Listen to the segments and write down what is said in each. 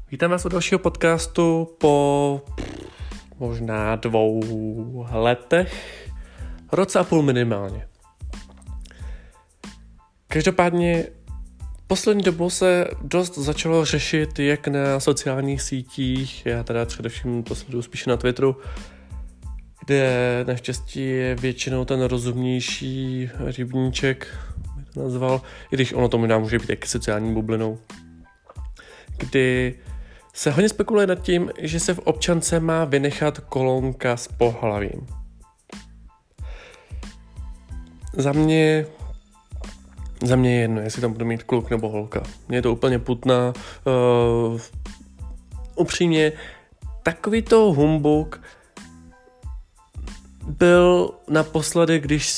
Vítám vás u dalšího podcastu po možná 2 letech, roce a půl minimálně. Každopádně poslední dobou se dost začalo řešit jak na sociálních sítích, já teda především to sleduju spíše na Twitteru, kde naštěstí je většinou ten rozumnější rybníček, bych to nazval, i když ono to možná může být taky sociální bublinou, kdy se hodně spekuluje nad tím, že se v občance má vynechat kolonka s pohlavím. Za mě je jedno, jestli tam bude mít kluk nebo holka. Mně je to úplně putná. Upřímně, takový to humbuk byl naposledy, když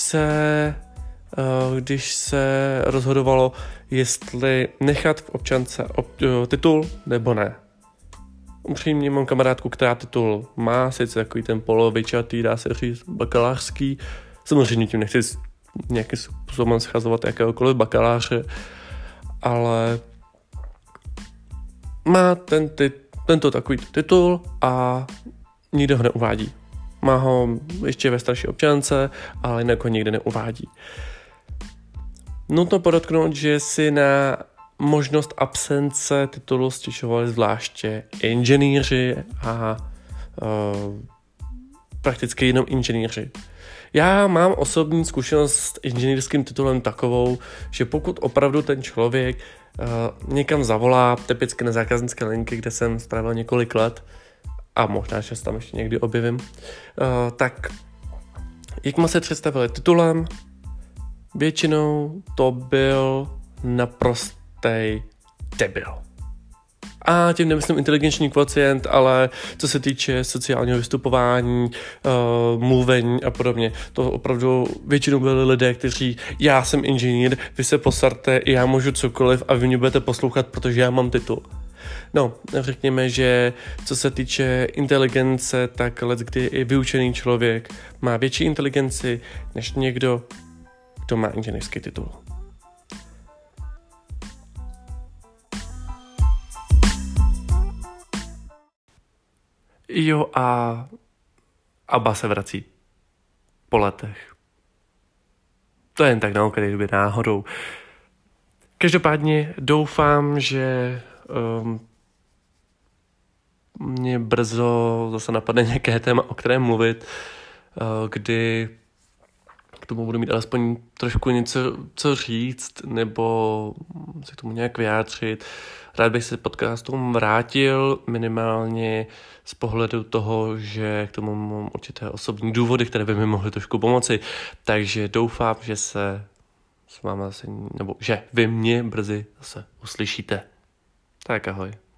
se rozhodovalo, jestli nechat v občance titul nebo ne. Upřímně mám kamarádku, která titul má, sice takový ten polovičatý, dá se říct, bakalářský. Samozřejmě tím nechci nějakým způsobem schazovat jakéhokoliv bakaláře, ale má tento takový titul a nikdo ho neuvádí. Má ho ještě ve starší občance, ale jinak ho nikde neuvádí. Nutno podotknout, že si na možnost absence titulu stěžovali zvláště inženýři a prakticky jenom inženýři. Já mám osobní zkušenost s inženýrským titulem takovou, že pokud opravdu ten člověk někam zavolá, typicky na zákaznické linky, kde jsem strávil několik let, a možná, že se tam ještě někdy objevím, tak jakmile se představili titulem, většinou to byl naprostý debil. A tím nemyslím inteligenční kvocient, ale co se týče sociálního vystupování, mluvení a podobně. To opravdu většinou byli lidé, kteří, já jsem inženýr, vy se posarte, já můžu cokoliv a vy mě budete poslouchat, protože já mám titul. No, řekněme, že co se týče inteligence, tak leckdy i vyučený člověk má větší inteligenci než někdo, kdo má inženýrský titul. Jo, a Abba se vrací po letech. To je jen tak na okraji doby náhodou. Každopádně doufám, že mě brzo zase napadne nějaké téma, o kterém mluvit, kdy k tomu budu mít alespoň trošku něco co říct, nebo se k tomu nějak vyjádřit. Rád bych se podcastům vrátil minimálně z pohledu toho, že k tomu mám určité osobní důvody, které by mi mohly trošku pomoci. Takže doufám, že se s váma zase, nebo že vy mě brzy zase uslyšíte. Tak ahoj.